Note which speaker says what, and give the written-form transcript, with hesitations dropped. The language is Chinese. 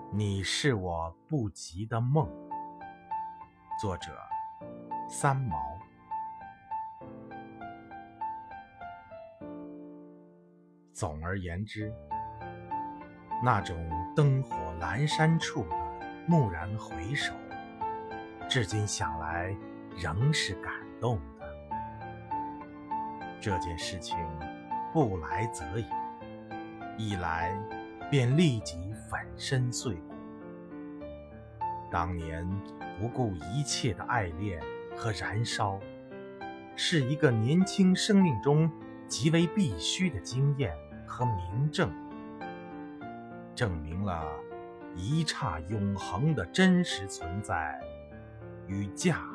Speaker 1: 你是我不及的梦。作者：三毛。总而言之，那种灯火阑珊处的蓦然回首，至今想来仍是感动的。这件事情不来则已，一来便立即粉身碎骨。当年不顾一切的爱恋和燃烧，是一个年轻生命中极为必须的经验和明证，证明了一刹永恒的真实存在与价